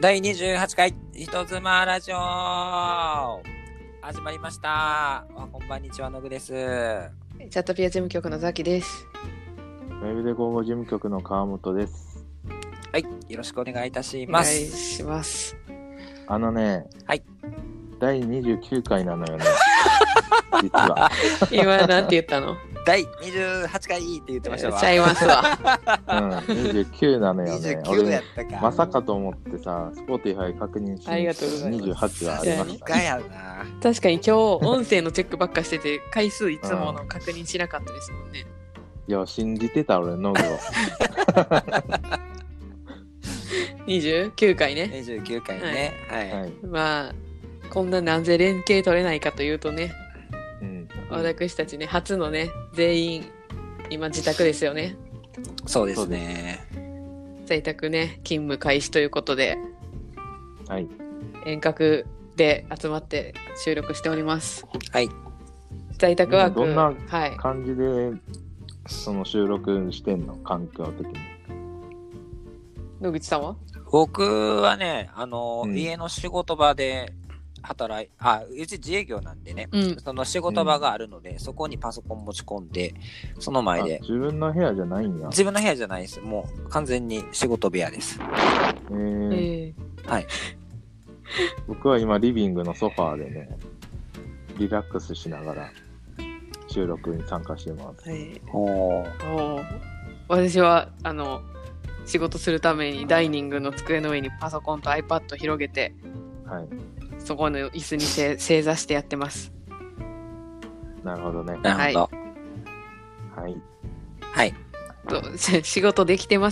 第28回人妻ラジオ始まりました。こんばんにちは、のぐです。 チャットピア事務局のザキです。 ウェブで午後事務局の川本です。 はい、よろしくお願いいたします。 お願いします。 はい。 第29回なのよね。実は。 今なんて言ったの？ 第28回って言ってましたわ。 ちゃいますわ。 29なのよね。 29やったか。 まさかと思ってさ、Spotify 確認して、 ありがとうございます。 28がありました、 ね。やな。 確かに今日音声のチェックばっかしてて、回数いつもの確認しなかったですもんね。 いや、信じてた俺、ノグを。 29回ね。 29回ね。はい。 まあ、こんななぜ連携取れないかというとね、私たちね、初のね、全員、今自宅ですよね。 そうですね。 在宅ね、勤務開始ということで、 はい。 遠隔で集まって収録しております。 はい。 在宅ワーク。 どんな感じで、その収録してんの？環境的に。 野口さんは？ 僕はね、家の仕事場で、うち自営業なんでね、その仕事場があるので、そこにパソコン持ち込んで、その前で。 自分の部屋じゃないんや。 自分の部屋じゃないです。もう完全に仕事部屋です。はい。 僕は今リビングのソファーでね、リラックスしながら収録に参加してます。 私は仕事するためにダイニングの机の上にパソコンと iPad 広げて、はい、そこの椅子に正座してやってます。 なるほどね。 なるほど。 はい。 はい。 仕事できてます？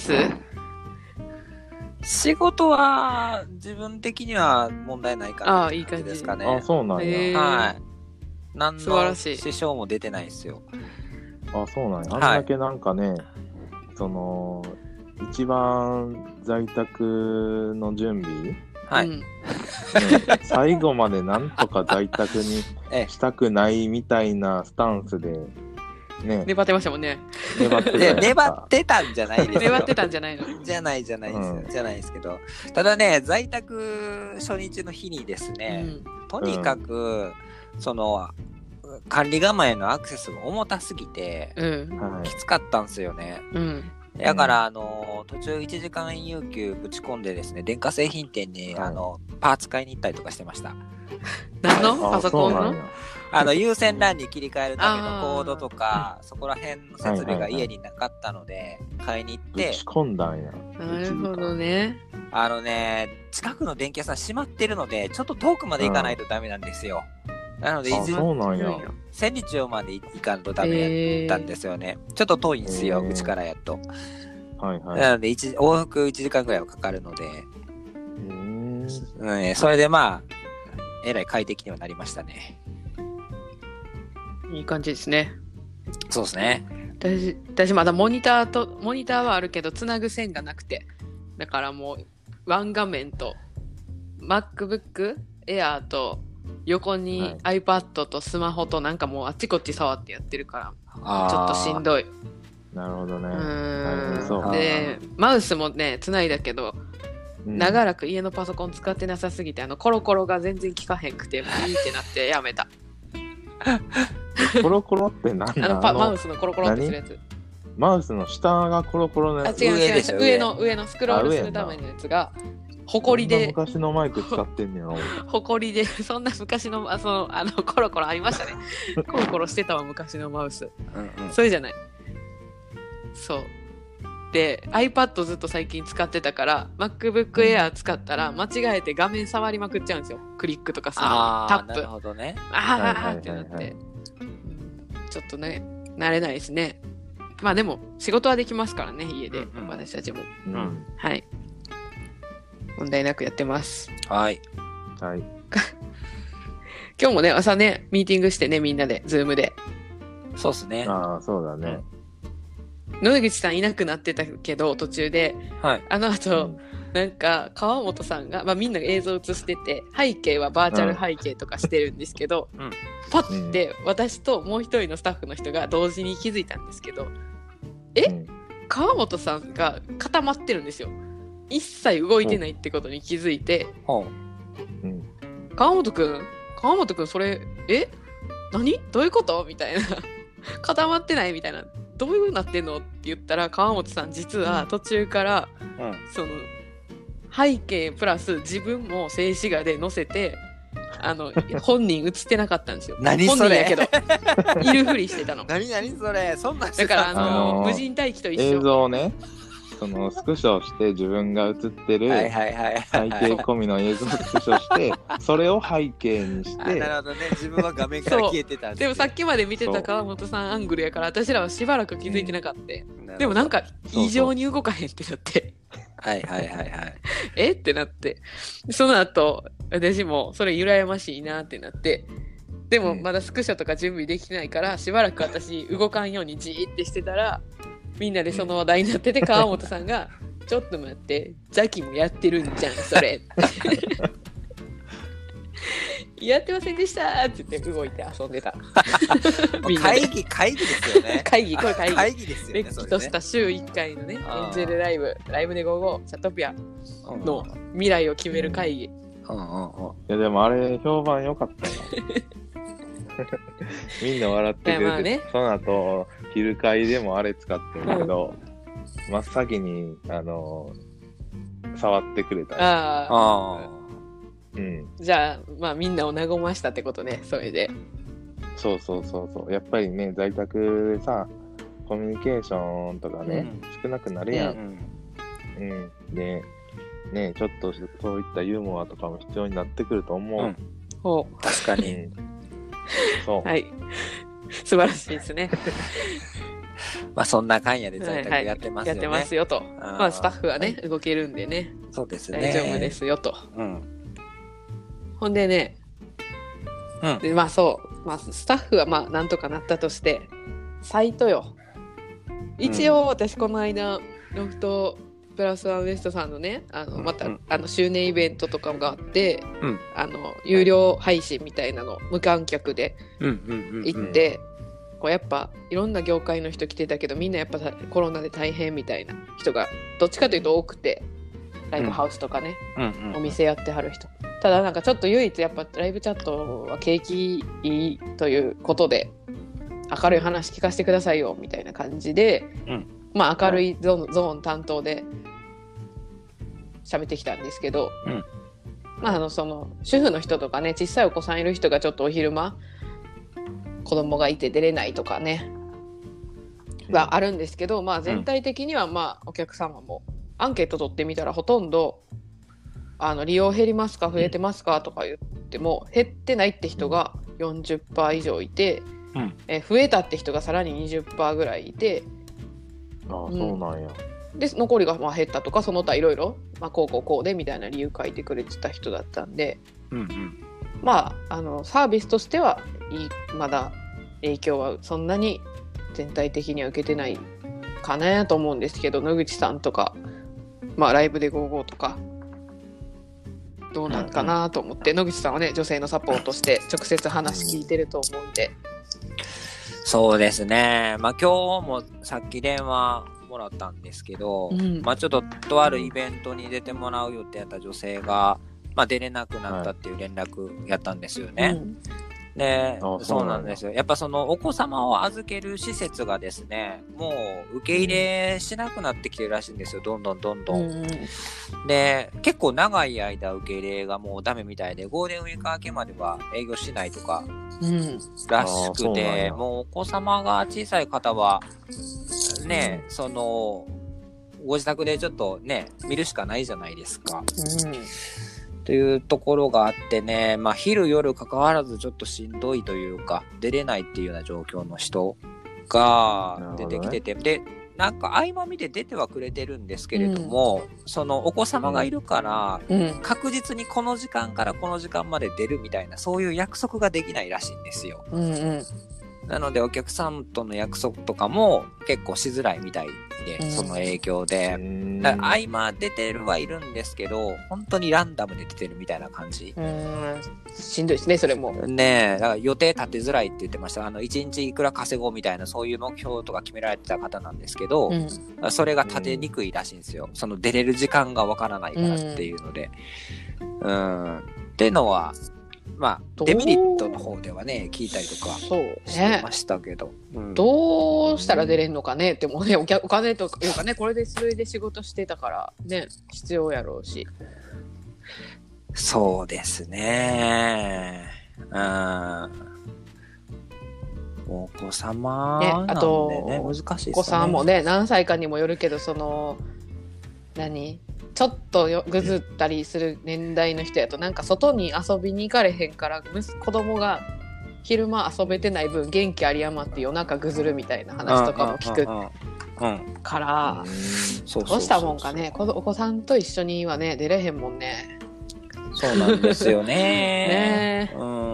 仕事は自分的には問題ないかなって感じですかね。 あ、そうなんや。 はい。何の支障も出てないですよ。 あ、そうなんや。あんだけなんかね、その一番在宅の準備、 はい、 ね、最後までなんとか在宅にしたくないみたいなスタンスで、ね、 粘ってましたもんね。 粘ってたんじゃないですよ。 粘ってたんじゃないの？ じゃないです、じゃないですけど、ただね、在宅初日の日にですね、とにかくその管理構えのアクセスが重たすぎて、きつかったんですよね。だから途中1時間有給ぶち込んでですね、電化製品店にパーツ買いに行ったりとかしてました。 何の？パソコンの？ 有線 LAN に切り替えるためのコードとか、そこら辺の設備が家になかったので買いに行って、 ぶち込んだんや。 なるほどね。 近くの電気屋さん閉まってるので、ちょっと遠くまで行かないとダメなんですよ。なのでそうなんや。 千里町まで行かんとダメだったんですよね。ちょっと遠いんですよ、うちからやっと。なので往復1時間ぐらいはかかるので、それでまあえらい快適にはなりましたね。 いい感じですね。 そうですね。 私まだモニターはあるけどつなぐ線がなくて、だからもうワン画面と MacBook Air と横に iPad とスマホとなんかもうあっちこっち触ってやってるからちょっとしんどい。 なるほどね。 でマウスもねつないだけど、長らく家のパソコン使ってなさすぎてコロコロが全然効かへんくてもういいってなってやめた。 コロコロって何なの？ マウスのコロコロってするやつ。 マウスの下がコロコロのやつ。 違う上のスクロールするためのやつがホコリで。 昔のマイク使ってんねや。 ホコリでそんな昔のコロコロありましたね。コロコロしてたわ昔のマウス。それじゃない。そうで iPad ずっと最近使ってたから MacBook Air 使ったら間違えて画面触りまくっちゃうんですよ。クリックとかさタップ。 なるほどね。 ってなって、ちょっとね慣れないですね。まあでも仕事はできますからね家で、私たちも、はい問題なくやってます。 はい。 今日もね朝ねミーティングしてねみんなで Zoom で。 そうっすね。 そうだね。 野口さんいなくなってたけど途中で、後、なんか川本さんが、みんなが映像映してて背景はバーチャル背景とかしてるんですけど、パッて私ともう一人のスタッフの人が同時に気づいたんですけど、川本さんが固まってるんですよ。 一切動いてないってことに気づいて、川本くんそれ何どういうことみたいな固まってないみたいな、どういうなってんのって言ったら、川本さん実は途中から、その背景プラス自分も静止画で載せて、本人映ってなかったんですよ。 何それ。 本人やけどいるふりしてたの。 何それ。そんなだから無人待機と一緒。 映像ね、そのスクショして自分が映ってる背景込みの映像をスクショしてそれを背景にしてなるほどね、自分は画面から消えてたんです。 でもさっきまで見てた川本さんアングルやから私らはしばらく気づいてなかった、でもなんか異常に動かへんってなってってなって、その後私もそれ羨ましいなってなって、でもまだスクショとか準備できてないからしばらく私動かんようにじーってしてたら、みんなでその話題になってて、川本さんがちょっと待ってザキもやってるんじゃんそれやってませんでしたって言って動いて遊んでた会議ですよね。 会議ですよね。 れっきとした週1回のね、エンジェルライブで55チャットピアの未来を決める会議。 いやでもあれ評判良かったよみんな笑ってくれて、ね、その後昼会でもあれ使ってるけど、真っ先に触ってくれた。 じゃあまあみんなを和ましたってことね、それで。 そうやっぱりね、在宅でさコミュニケーションとかね、少なくなるやん。でね、ちょっとそういったユーモアとかも必要になってくると思う。 確かに。 そう。 はい。素晴らしいですね。 まあそんな感やで在宅やってますよね。 やってますよと。まあスタッフはね、動けるんでね。 そうですね。 大丈夫ですよと。ほんでね、でまあそう、まあスタッフはまあなんとかなったとして、サイトよ。一応私この間ロフトプラスワンウエストさんのね、また周年イベントとかがあって、有料配信みたいなの無観客で行って、こうやっぱいろんな業界の人来てたけど、みんなやっぱコロナで大変みたいな人がどっちかというと多くて、ライブハウスとかね、お店やってはる人。ただなんかちょっと唯一やっぱライブチャットは景気いいということで、明るい話聞かせてくださいよみたいな感じで、まあ明るいゾーン担当で喋ってきたんですけど、まあその主婦の人とかね、小さいお子さんいる人がちょっとお昼間子供がいて出れないとかねはあるんですけど、まあ全体的にはまあお客様もアンケート取ってみたらほとんど利用減りますか増えてますかとか言っても減ってないって人が 40% 以上いて、増えたって人がさらに 20% ぐらいいて、 そうなんや。 で残りがまあ減ったとかその他いろいろこうでみたいな理由書いてくれてた人だったんで、まあサービスとしてはまだ影響はそんなに全体的には受けてないかなと思うんですけど、野口さんとか、まあライブで55とかどうなんかなと思って、野口さんはね女性のサポートして直接話聞いてると思うんで。 そうですね。まあ今日もさっき電話もらったんですけど、まあちょっとあるイベントに出てもらう予定やった女性が、まあ、出れなくなったっていう連絡やったんですよね。で、そうなんですよ。やっぱそのお子様を預ける施設がですね、もう受け入れしなくなってきてるらしいんですよ。どんどん。で、結構長い間受け入れがもうダメみたいで、ゴールデンウィーク明けまでは営業しないとからしくて、もうお子様が小さい方はね、そのご自宅でちょっとね見るしかないじゃないですか。というところがあってね、まあ昼夜関わらずちょっとしんどいというか出れないっていうような状況の人が出てきてて、でなんか合間見て出てはくれてるんですけれども、そのお子様がいるから、確実にこの時間からこの時間まで出るみたいなそういう約束ができないらしいんですよ。 なのでお客さんとの約束とかも結構しづらいみたいで、その影響で。だから合間出てるはいるんですけど、本当にランダムで出てるみたいな感じ。 しんどいですね、それも。 ねえ、だから予定立てづらいって言ってました。1日いくら稼ごうみたいな、そういう目標とか決められてた方なんですけど、それが立てにくいらしいんですよ。その出れる時間がわからないからっていうので。っていうのは、まあ、デメリットの方ではね、聞いたりとかしてましたけど。 どうしたら出れんのかねってもね、お金というかね、これでそれで仕事してたからね、必要やろうし。 そうですね。お子様なんでね、あと難しいですね。 お子さんもね、何歳かにもよるけど、ちょっとぐずったりする年代の人やと、なんか外に遊びに行かれへんから子供が昼間遊べてない分元気あり余って夜中ぐずるみたいな話とかも聞くから、どうしたもんかね。お子さんと一緒にはね出れへんもんね。 そうなんですよね。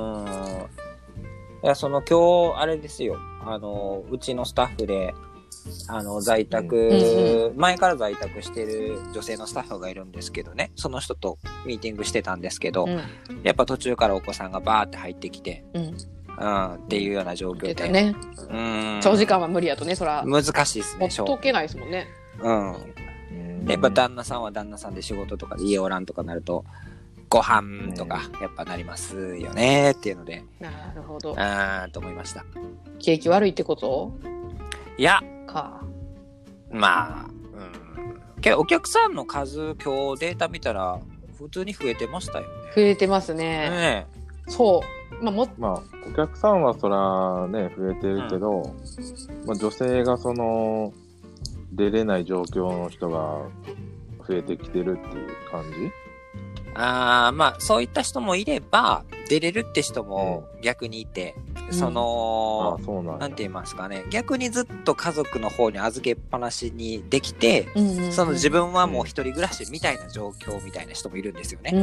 いや、今日あれですよ、うちのスタッフで在宅、前から在宅してる女性のスタッフがいるんですけどね、その人とミーティングしてたんですけど、やっぱ途中からお子さんがバーって入ってきて、っていうような状況で、 ね、長時間は無理やとね、そら難しいですね。 ほっとけないですもんね。 やっぱ旦那さんは旦那さんで仕事とかで家おらんとかなるとご飯とかやっぱなりますよねっていうので、 なるほどと思いました。 景気悪いってこと？ いやか、 まあ、けどお客さんの数今日データ見たら普通に増えてましたよね。 増えてますね。そう、まあお客さんはそらね増えてるけど、女性が出れない状況の人が増えてきてるっていう感じ？ まあそういった人もいれば出れるって人も逆にいて、なんて言いますかね、逆にずっと家族の方に預けっぱなしにできて、自分はもう一人暮らしみたいな状況みたいな人もいるんですよね。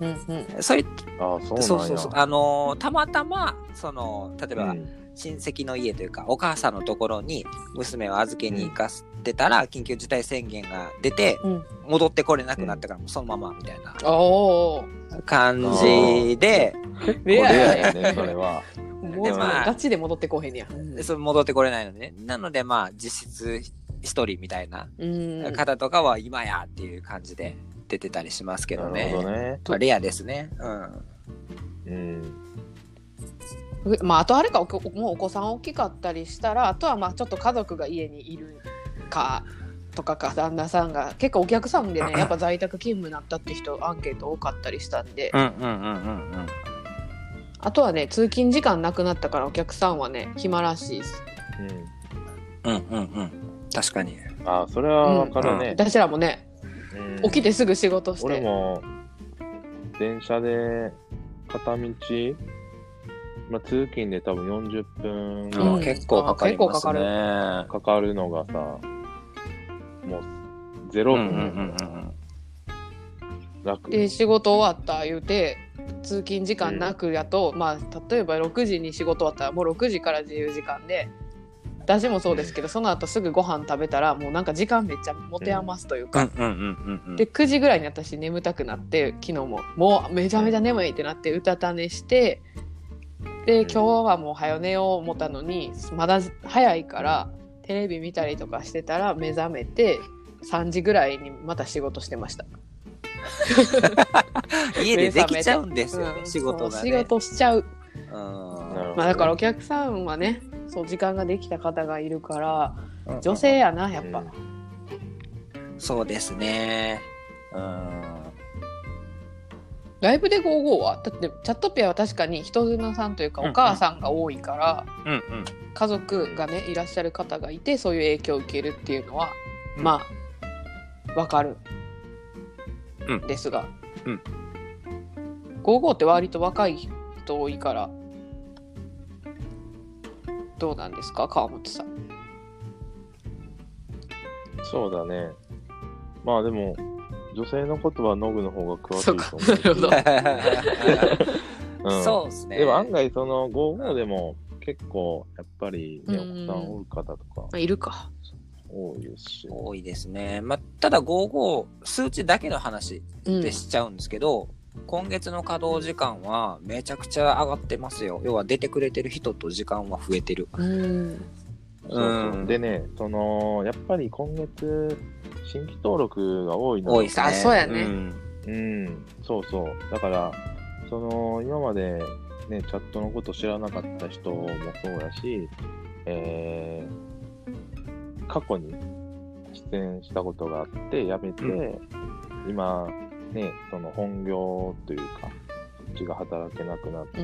たまたま例えば、親戚の家というかお母さんのところに娘を預けに行かせてたら、緊急事態宣言が出て、戻ってこれなくなったからもうそのままみたいな感じで、 レアやねそれは。 もうガチで戻ってこへんや。 戻ってこれないのでね。なので実質一人みたいな方とかは今やっていう感じで出てたりしますけどね。 なるほどね。 レアですね。 あとあれか、もうお子さん大きかったりしたら、あとはちょっと家族が家にいるかとか旦那さんが結構お客さんでね、やっぱ在宅勤務になったって人アンケート多かったりしたんで、あとはね、通勤時間なくなったからお客さんはね暇らしいです。 確かに。 それは分かるね。 私らもね、起きてすぐ仕事して。 俺も電車で片道通勤で多分40分ぐらい、 結構かかりますね。 かかるのがさ、もう0分楽で、仕事終わった言うて通勤時間なくやと、例えば6時に仕事終わったらもう6時から自由時間で、私もそうですけど、その後すぐご飯食べたらもうなんか時間めっちゃ持て余すというか、で9時ぐらいに私眠たくなって、昨日もうめちゃめちゃ眠いってなってうたた寝して、で今日はもう早寝よう思ったのにまだ早いからテレビ見たりとかしてたら目覚めて3時ぐらいにまた仕事してました。 家でできちゃうんですよね、仕事がね。 仕事しちゃう。だからお客さんはね、そう時間ができた方がいるから、女性やなやっぱ。 そうですね。 ライブで55はだってチャットピアは確かに人妻さんというかお母さんが多いから、家族がねいらっしゃる方がいて、そういう影響を受けるっていうのはわかるですが、55って割と若い人多いから、どうなんですか川本さん。 そうだね。でも女性のことはノグの方が詳しいと思う。 そうですね。 でも案外55でも結構やっぱり、ね、お子さんおる方とかいるか。 多いですし。 多いですね。まあ、ただ55、数値だけの話でしちゃうんですけど、今月の稼働時間はめちゃくちゃ上がってますよ。要は出てくれてる人と時間は増えてる。 そうでね、やっぱり今月、新規登録が多いの多いですね。 あ、そうやね。 そうそう。だから、今までね、チャットのこと知らなかった人もそうやし、過去に出演したことがあって辞めて、今ね、本業というかそっちが働けなくなって、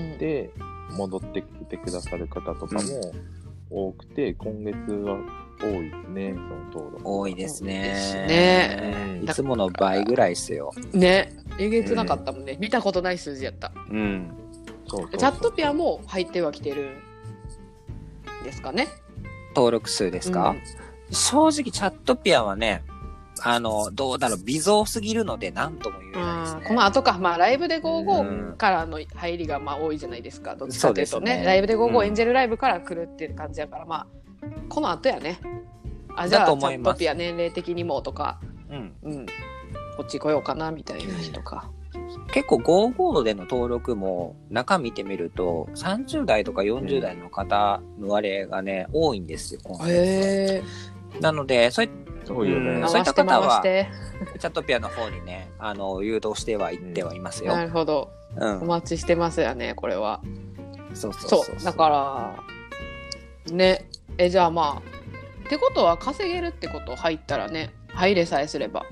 戻ってきてくださる方とかも多くて、今月は多いですね、その登録。 多いですね。いつもの倍ぐらいですよ。 ね、えげつなかったもんね。見たことない数字やった。 そうチャットピアも入ってはきてるんですかね。 登録数ですか？正直チャットピアはね、どうだろう、微増すぎるので何とも言えないですね。 この後か、まあライブで55からの入りがまあ多いじゃないですか。どっちかというとね、ライブで55、エンジェルライブから来るっていう感じやから、まあこの後やね。じゃあチャットピア年齢的にもとか、こっち来ようかなみたいな人か。 結構55での登録も中見てみると30代とか40代の方の割合がね、多いんですよ。なのでそういった方はチャットピアの方にね、誘導してはいってはいますよ。 なるほど、お待ちしてますよね、これは。 そうだからね、じゃあまあってことは稼げるってこと入ったらね、入れさえすれば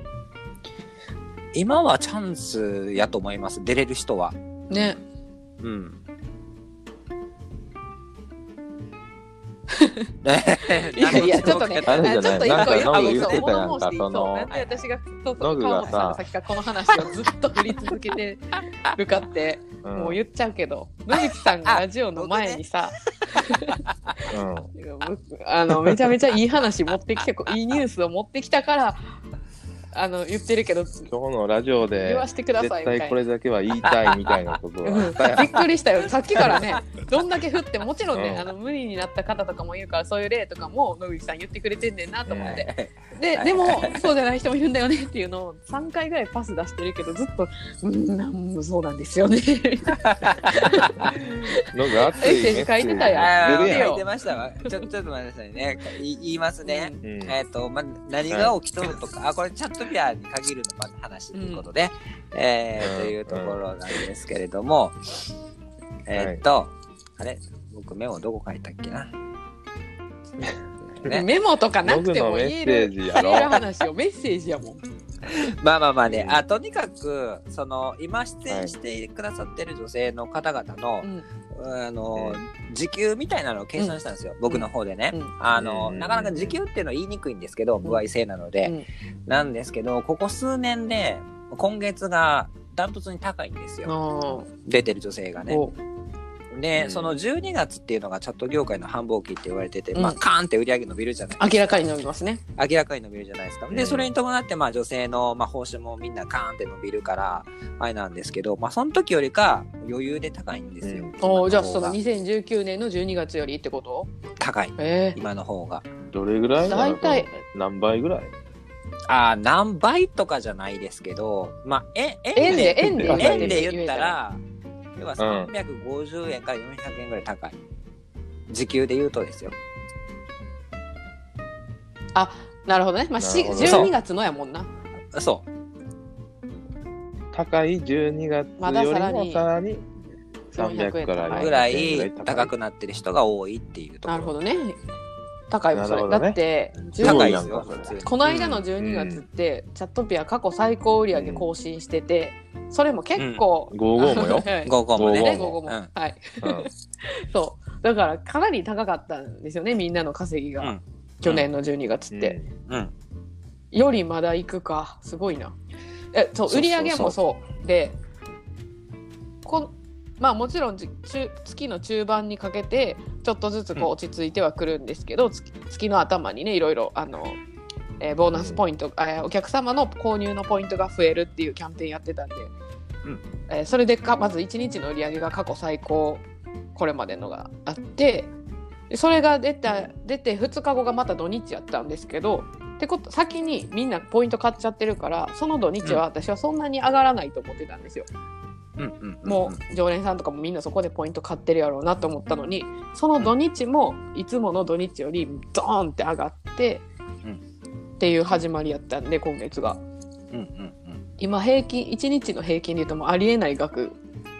今はチャンスやと思います。出れる人はね。いやちょっとね、ちょっと一個言ってたやんか、私が川本さんがさっきからこの話をずっと振り続けてるかってもう言っちゃうけど、野口さんがラジオの前にさ、めちゃめちゃいい話持ってきて、いいニュースを持ってきたから言ってるけど、 今日のラジオで言わしてくださいみたいな、 絶対これだけは言いたいみたいなことはびっくりしたよ。さっきからね、どんだけ振ってもちろんね、無理になった方とかもいるから、そういう例とかも野口さん言ってくれてんねんなと思って、でもそうじゃない人もいるんだよねっていうのを3回ぐらいパス出してるけど、ずっとそうなんですよねのが熱いメッセージ書いてたやん。 書いてましたわ。ちょっと待ってくださいね。言いますね。何が起きとるとか、これチャットピアに限るの話ということで、というところなんですけれども、あれ、僕メモどこ書いたっけな。 メモとかなくても言える話をメッセージやもん。 まあね、とにかく今出演してくださってる女性の方々の、時給みたいなのを計算したんですよ、僕の方でね。なかなか時給っていうのは言いにくいんですけど、歩合制なので、なんですけど、ここ数年で今月がダントツに高いんですよ、出てる女性がね。で、その12月っていうのがチャット業界の繁忙期って言われてて、カーンって売り上げ伸びるじゃないですか。 明らかに伸びますね。 明らかに伸びるじゃないですか。で、それに伴って女性の報酬もみんなカーンって伸びるからあれなんですけど、その時よりか余裕で高いんですよ。 じゃあその2019年の12月よりってこと？ 高い。今の方が。 どれぐらい？ 大体何倍ぐらい？ 何倍とかじゃないですけど、 円で言ったら。要は350円から400円ぐらい高い。時給で言うとですよ。 なるほどね。12月のやもんな。 そう。 高い12月よりもさらに300からぐらい高くなってる人が多いっていうところ。 なるほどね。高いもんそれ。だって高いですよ。 この間の12月ってチャットピア過去最高売上更新してて、それも結構 55もよ。 55もね。 55も。はい。そう。だからかなり高かったんですよね、みんなの稼ぎが。去年の12月って。よりまだ行くか、すごいな。売り上げもそうで、もちろん月の中盤にかけてちょっとずつ落ち着いてはくるんですけど、月の頭にね、いろいろボーナスポイント、お客様の購入のポイントが増えるっていうキャンペーンやってたんで、それでまず1日の売り上げが過去最高、これまでのがあって、 それが出て2日後がまた土日やったんですけど、ってこと先にみんなポイント買っちゃってるから、その土日は私はそんなに上がらないと思ってたんですよ。もう常連さんとかもみんなそこでポイント買ってるやろうなと思ったのに、その土日もいつもの土日よりドーンって上がって、っていう始まりやったんで、今月が、今平均1日の平均で言うともうありえない額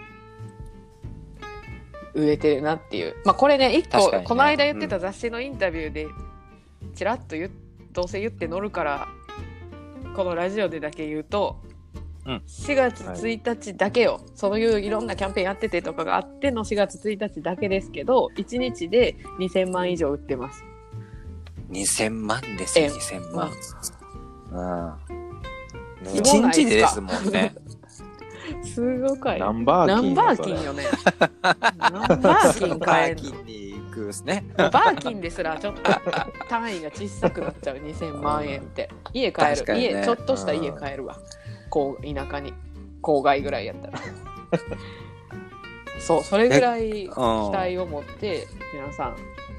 売れてるなっていう。まあこれね、一個この間言ってた雑誌のインタビューでちらっとどうせ言って乗るから、このラジオでだけ言うと、4月1日だけよ、そういういろんなキャンペーンやっててとかがあっての4月1日だけですけど、1日で2000万以上売ってます。 2000万ですよ、2000万。1日でですもんね。 すごかい。 ナンバーキンよね。ナンバーキン買えるの。 バーキンに行くですね。 バーキンですらちょっと単位が小さくなっちゃう。2000万円って家買える、家ちょっとした家買えるわ。こう田舎に郊外ぐらいやったらそう、それぐらい期待を持って皆さ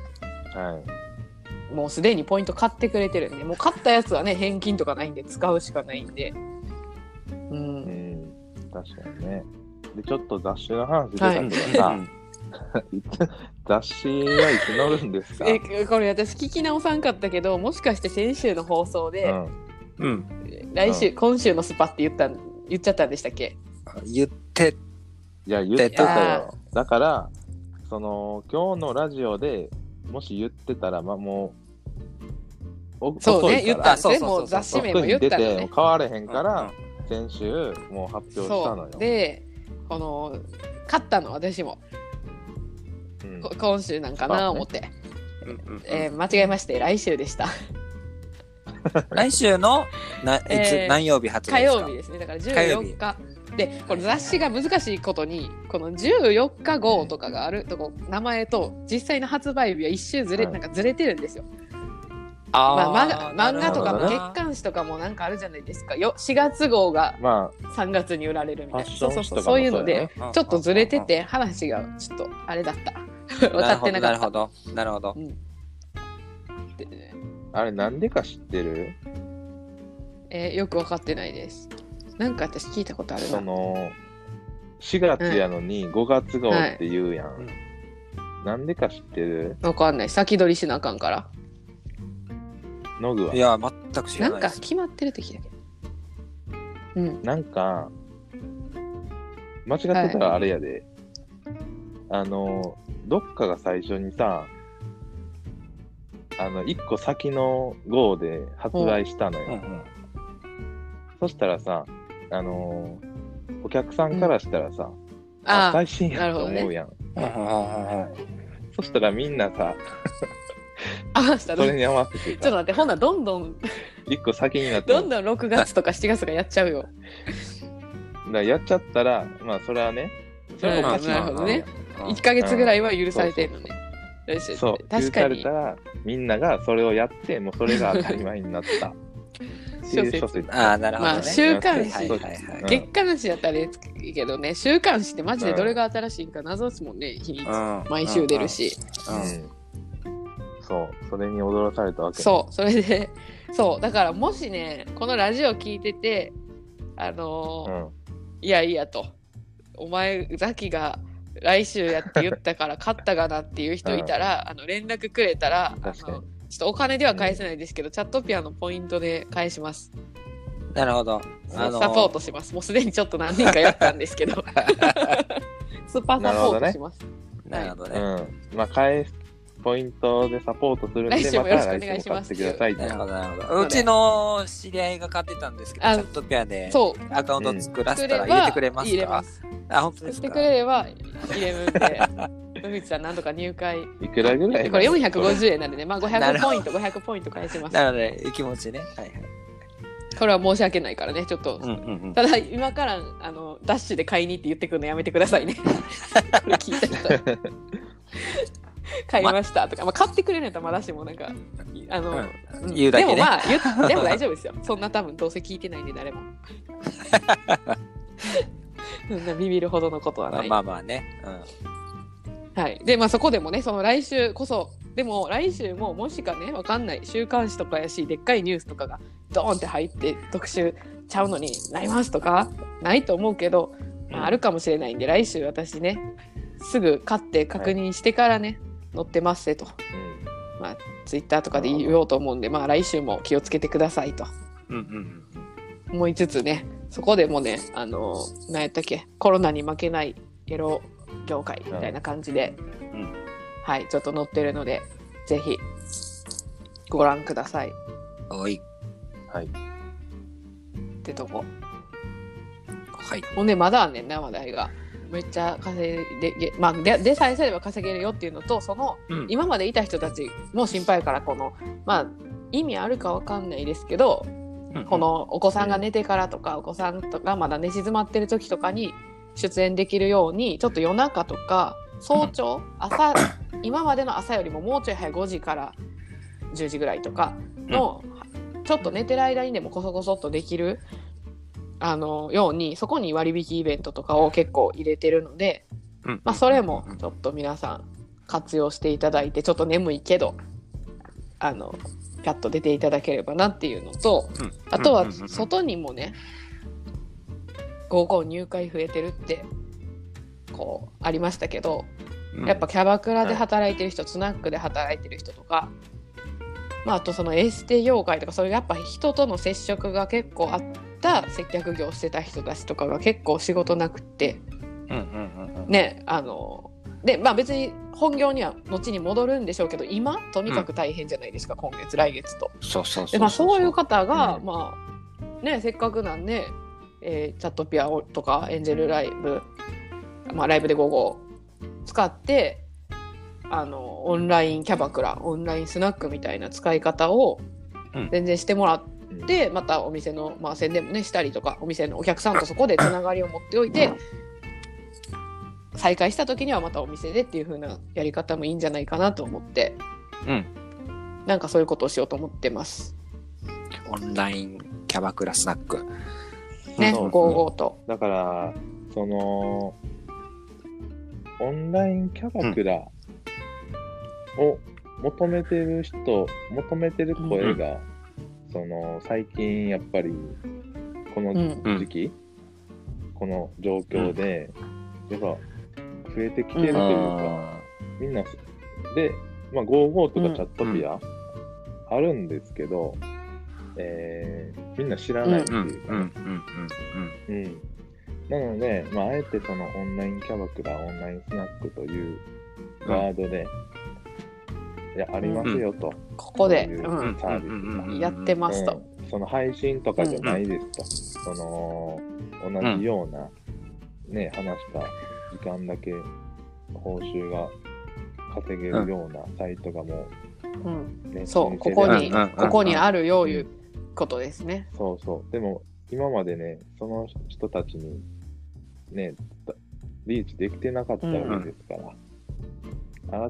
ん、もうすでにポイント買ってくれてるんで、もう買ったやつはね返金とかないんで使うしかないんで、 確かにね。でちょっと雑誌の話出たけどさ、雑誌はいつ乗るんですか？ これ私聞き直さんかったけど、もしかして先週の放送で、今週のスパって言っちゃったんでしたっけ？ 言ってたよ。だからその今日のラジオでもし言ってたら、もうそうね、言ったんですね。もう雑誌名も言ったのね。 変われへんから、先週もう発表したのよ。 で、勝ったの私も、今週なんかな思って、間違えまして、来週でした。 来週の何曜日発売ですか？ 火曜日ですね。だから14日で、この雑誌が難しいことに、この14日号とかがあるとこ、名前と実際の発売日は一周なんかずれてるんですよ。漫画とかも月刊誌とかもなんかあるじゃないですか。4月号が3月に売られるみたいな、そういうのでちょっとずれてて、話がちょっとあれだった分かってなかった。 なるほど、 あれなんでか知ってる？ よく分かってないです。なんか私聞いたことあるな。 その4月やのに5月号って言うやん、なんでか知ってる？ 分かんない。先取りしなあかんから。 ノグは？ いや全く知らないです。 なんか決まってる時だけど、 なんか間違ってたらあれやで、どっかが最初にさ、1個先の号で発売したのよ。そしたらさ、お客さんからしたらさ、最新やと思うやん。そしたらみんなさそれに合わせて、 ちょっと待って、ほんならどんどん 1個先になってどんどん6月とか7月がやっちゃうよ。 だやっちゃったら、それはね、それはおかしいなるほどね。1ヶ月ぐらいは許されてるのね。 そう、確かに許されたらみんながそれをやって、もうそれが当たり前になったっていう諸説。 なるほどね。 週刊誌、月刊誌やったらいいけどね、週刊誌ってマジでどれが新しいんか謎ですもんね。日に毎週出るし、 そう、それに驚かされたわけ。 そう、それで、そうだからもしね、このラジオ聞いてて、いやいやと、お前ザキが来週やって言ったから勝ったかなっていう人いたら、連絡くれたら、ちょっとお金では返せないですけど、チャットピアのポイントで返します。 なるほど。 サポートします。もうすでにちょっと何人かやったんですけどスーパーサポートします。 なるほどね。 返すポイントでサポートするんで、 来週もよろしくお願いします。 なるほど。うちの知り合いが買ってたんですけど、チャットピアでアカウント作らせたら入れてくれますか？ 入れます。 本当ですか？ 作ってくれれば入れるんで、野口さんなんとか入会。 いくらぐらい？ これ450円なんでね、500ポイント返します。 なので、気持ちね。 これは申し訳ないからね、ちょっと。ただ、今からダッシュで買いにって言ってくるのやめてくださいね。これ聞いた人。買いましたとか、買ってくれないとまだしもなんか言うだけね。 でも大丈夫ですよ。そんな多分どうせ聞いてないんで誰もそんなビビるほどのことはない。 まあね。 はい。でそこでもね、その来週こそでも来週ももしかねわかんない週刊誌とかやしでっかいニュースとかがドーンって入って特集ちゃうのになりますとかないと思うけど、まあ、あるかもしれないんで来週私ねすぐ買って確認してからね、載ってますせと、まあ、ツイッターとかで言おうと思うんで、まあ、来週も気をつけてくださいと、思いつつねそこでもね何やったっけコロナに負けないエロ業界みたいな感じで、はいちょっと載ってるのでぜひご覧ください。 はい。 はい。 ってとこ。 はい。 ほんでまだあんねんな話題が。めっちゃ稼いで、まあでさえすれば稼げるよっていうのとその、今までいた人たちも心配からこのまあ意味あるかわかんないですけど、このお子さんが寝てからとかお子さんとかまだ寝静まってる時とかに出演できるようにちょっと夜中とか早朝、朝今までの朝よりももうちょい早い5時から10時ぐらいとかの、ちょっと寝てる間にでもこそこそっとできるようにそこに割引イベントとかを結構入れてるので、まあ、それもちょっと皆さん活用していただいてちょっと眠いけどピャッと出ていただければなっていうのと、あとは外にもね午後入会増えてるってこうありましたけど、やっぱキャバクラで働いてる人、スナックで働いてる人とか、まあ、あとそのエステ業界とかそういうやっぱ人との接触が結構あった接客業してた人たちとかが結構仕事なくって、ねでまあ別に本業には後に戻るんでしょうけど今とにかく大変じゃないですか、今月来月と。そういう方が、まあねせっかくなんで、チャットピアとかエンジェルライブ、まあ、ライブで午後使ってオンラインキャバクラオンラインスナックみたいな使い方を全然してもらって、またお店の、まあ、宣伝もねしたりとかお店のお客さんとそこでつながりを持っておいて、再開した時にはまたお店でっていう風なやり方もいいんじゃないかなと思って、なんかそういうことをしようと思ってます。 オンラインキャバクラスナックね、55とだからそのオンラインキャバクラを求めてる人、求めてる声が、その最近やっぱりこの時期、この状況でやっぱ増えてきてるというか、みんなで、まあ、55とかチャットピアあるんですけど、みんな知らないっていうか、なので、まあ、あえてそのオンラインキャバクラ、オンラインスナックというワードで、いや、ありますよと。 ここで、 サービスやってますと。 その配信とかじゃないですと。その、同じような、ね、話した時間だけ報酬が稼げるようなサイトがもう、ね、 そう、ここにあるよういうことですね。 そうそう。でも、今までね、その人たちに、ね、リーチできてなかったわけですから、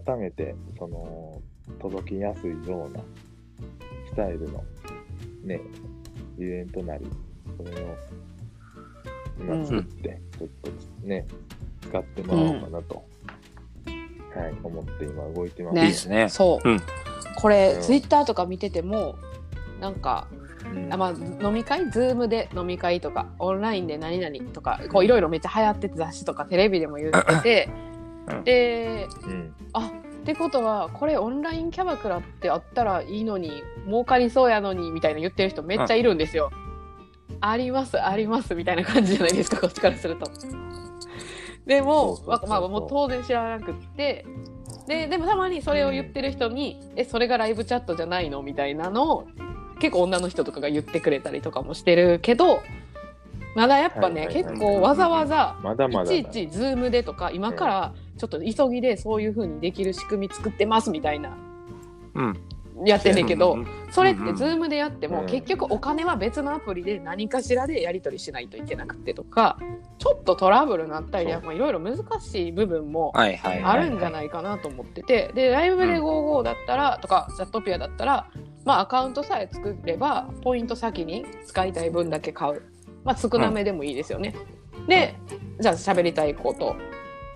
改めて、その、届きやすいようなスタイルの、ね、イベントなり、それを今作って、ちょっとね、使ってもらおうかなと、はい、思って今動いてます。 いいですね。 そう。これ、ツイッターとか見てても、なんか、まあ、飲み会ズームで飲み会とかオンラインで何々とかこういろいろめっちゃ流行ってて雑誌とかテレビでも言っててで、ってことはこれオンラインキャバクラってあったらいいのに儲かりそうやのにみたいな言ってる人めっちゃいるんですよ。ありますありますみたいな感じじゃないですかこっちからすると。でもまあもう当然知らなくってでもたまにそれを言ってる人にそれがライブチャットじゃないのみたいなのを結構女の人とかが言ってくれたりとかもしてるけどまだやっぱね、結構わざわざいちいちズームでとか今からちょっと急ぎでそういう風にできる仕組み作ってますみたいな、やってんねんけど、それってズームでやっても結局お金は別のアプリで何かしらでやり取りしないといけなくてとかちょっとトラブルになったりいろいろ難しい部分もあるんじゃないかなと思っててでライブで55だったらとかチャットピアだったらまあアカウントさえ作ればポイント先に使いたい分だけ買う、まあ少なめでもいいですよね、でじゃあ喋りたいこと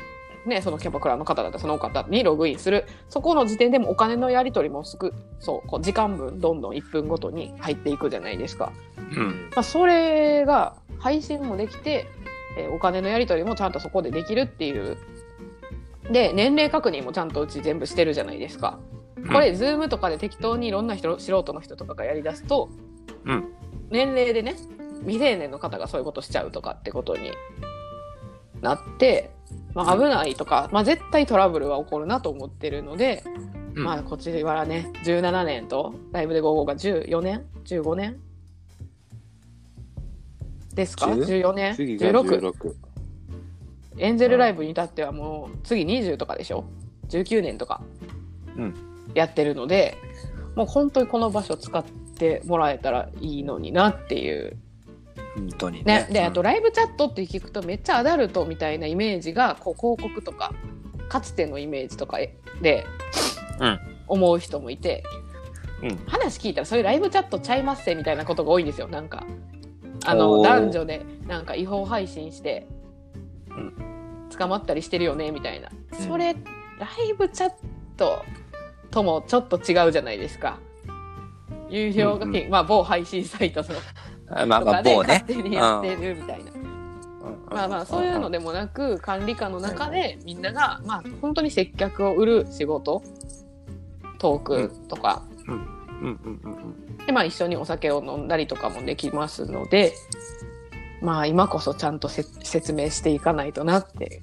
ね、そのキャバクラの方だったらその方にログインする、そこの時点でもお金のやり取りもこう時間分どんどん1分ごとに入っていくじゃないですか。それが配信もできて、お金のやり取りもちゃんとそこでできるっていう。で年齢確認もちゃんとうち全部してるじゃないですか。これ Zoom とかで適当にいろんな素人の人とかがやりだすと、年齢でね未成年の方がそういうことしちゃうとかってことになって、危ないとか、絶対トラブルは起こるなと思ってるので、こっちはね17年とライブで55が14年15年ですか、14年16、エンゼルライブに至ってはもう次20とかでしょ、19年とかやってるので、もう本当にこの場所使ってもらえたらいいのになっていう。 本当にね。 であとライブチャットって聞くとめっちゃアダルトみたいなイメージがこう広告とかかつてのイメージとかで思う人もいて、話聞いたらそういうライブチャットちゃいますせみたいなことが多いんですよ。なんか男女でなんか違法配信して捕まったりしてるよねみたいな、それライブチャットともちょっと違うじゃないですか。有料課金、某配信サイトのとかで勝手にやってるみたいな、そういうのでもなく管理下の中でみんなが本当に接客を売る仕事、トークとかで一緒にお酒を飲んだりとかもできますので、今こそちゃんと説明していかないとなって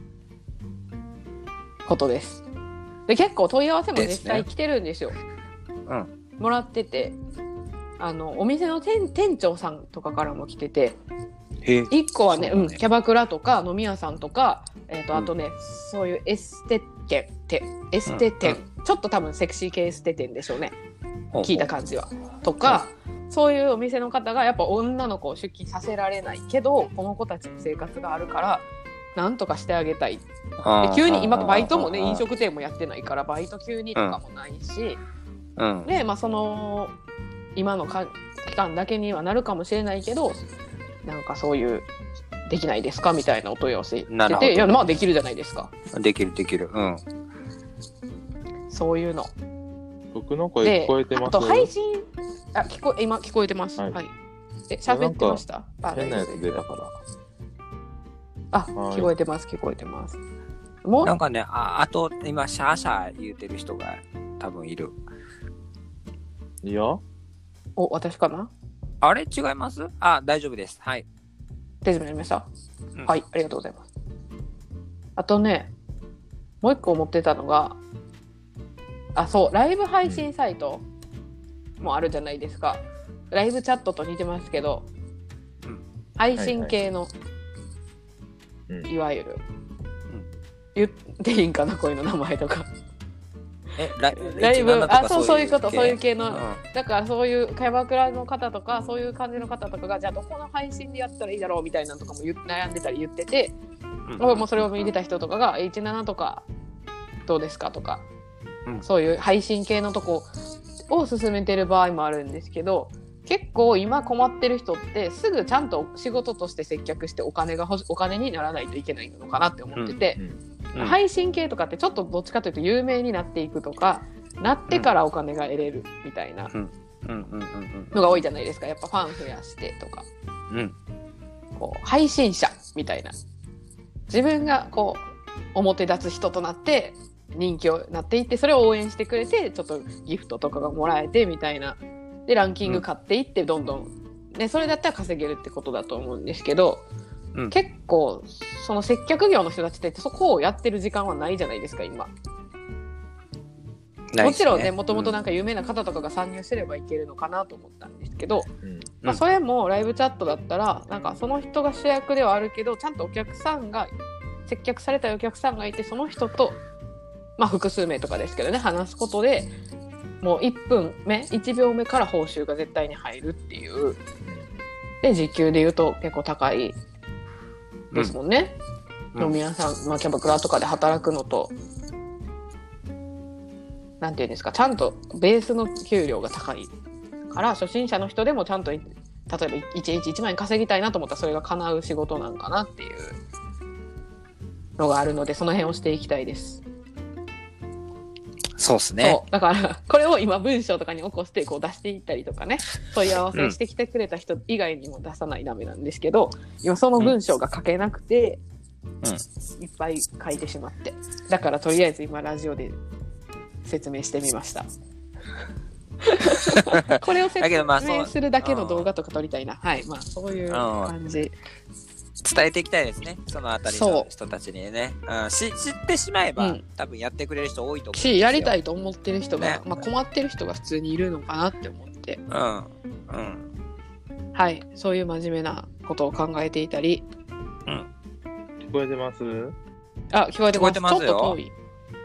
ことです。で結構問い合わせも実際来てるんですよ。もらってて、お店の店長さんとかからも来てて、1個はね、キャバクラとか飲み屋さんとか、あとね、そういうエステ店、ちょっと多分セクシー系エステ店でしょうね、聞いた感じはとか、そういうお店の方がやっぱ女の子を出勤させられないけどこの子たちの生活があるからなんとかしてあげたい。で急に今バイトもね飲食店もやってないからバイト急にとかもないし、でその今の期間だけにはなるかもしれないけど、なんかそういうできないですかみたいなお問い合わせしてて、いやできるじゃないですか。 できる、 そういうの。 僕の声聞こえてます？ あと配信今聞こえてます。はい。喋ってました？ 変なやつ出たから。 聞こえてます。 もうなんかね、あと今シャーシャー言うてる人が多分いる。 いや。 私かな？ あれ違います？大丈夫です。はい。 大丈夫になりました？はい、ありがとうございます。あとね、もう一個思ってたのが、そうライブ配信サイトもあるじゃないですか。ライブチャットと似てますけど、配信系の、いわゆる、言っていいんかな、こういうの名前とか。ライブそういうこと、そういう系の、だからそういうキャバクラの方とかそういう感じの方とかがじゃあどこの配信でやったらいいだろうみたいなのとかも悩んでたり言ってて、もうそれを見てた人とかが17とかどうですかとか、そういう配信系のとこを進めてる場合もあるんですけど、結構今困ってる人ってすぐちゃんと仕事として接客してお金にならないといけないのかなって思ってて、配信系とかってちょっとどっちかというと有名になっていくとかなってからお金が得れるみたいなのが多いじゃないですか。やっぱファン増やしてとか、こう配信者みたいな自分がこう表立つ人となって人気をなっていって、それを応援してくれてちょっとギフトとかがもらえてみたいなでランキング買っていってどんどん、ね、それだったら稼げるってことだと思うんですけど、結構その接客業の人たちってそこをやってる時間はないじゃないですか今。もちろんね、もともとなんか有名な方とかが参入すればいけるのかなと思ったんですけど、それもライブチャットだったらなんかその人が主役ではあるけどちゃんとお客さんが接客されたお客さんがいて、その人と複数名とかですけどね話すことでもう1秒目から報酬が絶対に入るっていう。で時給で言うと結構高いですもんね、飲み屋さん、キャバクラとかで働くのとなんていうんですか、ちゃんとベースの給料が高いから初心者の人でもちゃんと例えば1日1万円稼ぎたいなと思ったらそれが叶う仕事なんかなっていうのがあるので、その辺をしていきたいです。 そうですね。 だからこれを今文章とかに起こしてこう出していったりとかね、問い合わせしてきてくれた人以外にも出さないとダメなんですけど、今その文章が書けなくて、いっぱい書いてしまって、だからとりあえず今ラジオで説明してみました。これを説明するだけの動画とか撮りたいな。はい、まあそういう感じ。 伝えていきたいですね、そのあたりの人たちにね。知ってしまえば、多分やってくれる人多いと思うし、 やりたいと思ってる人が、ね、まあ、困ってる人が普通にいるのかなって思って、はい、そういう真面目なことを考えていたり。 聞こえてます？ あ、聞こえてます。ちょっと遠い。